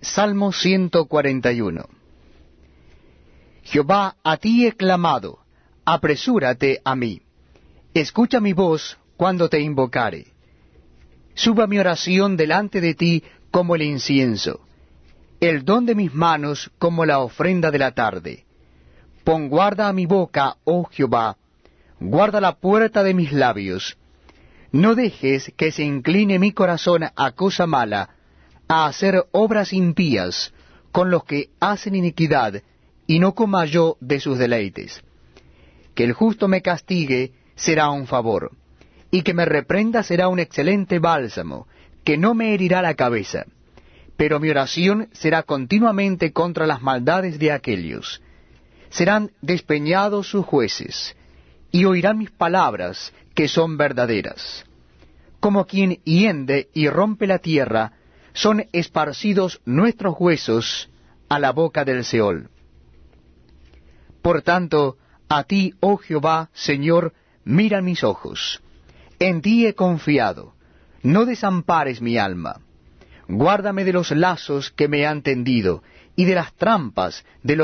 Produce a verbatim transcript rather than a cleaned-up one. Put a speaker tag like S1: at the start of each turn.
S1: Salmo ciento cuarenta y uno. Jehová, a ti he clamado, apresúrate a mí. Escucha mi voz cuando te invocare. Suba mi oración delante de ti como el incienso, el don de mis manos como la ofrenda de la tarde. Pon guarda a mi boca, oh Jehová, guarda la puerta de mis labios. No dejes que se incline mi corazón a cosa mala, a hacer obras impías con los que hacen iniquidad, y no coma yo de sus deleites. Que el justo me castigue será un favor, y que me reprenda será un excelente bálsamo, que no me herirá la cabeza. Pero mi oración será continuamente contra las maldades de aquellos. Serán despeñados sus jueces, y oirán mis palabras, que son verdaderas. Como quien hiende y rompe la tierra, son esparcidos nuestros huesos a la boca del Seol. Por tanto, a ti, oh Jehová, Señor, miran mis ojos. En ti he confiado, no desampares mi alma. Guárdame de los lazos que me han tendido, y de las trampas de los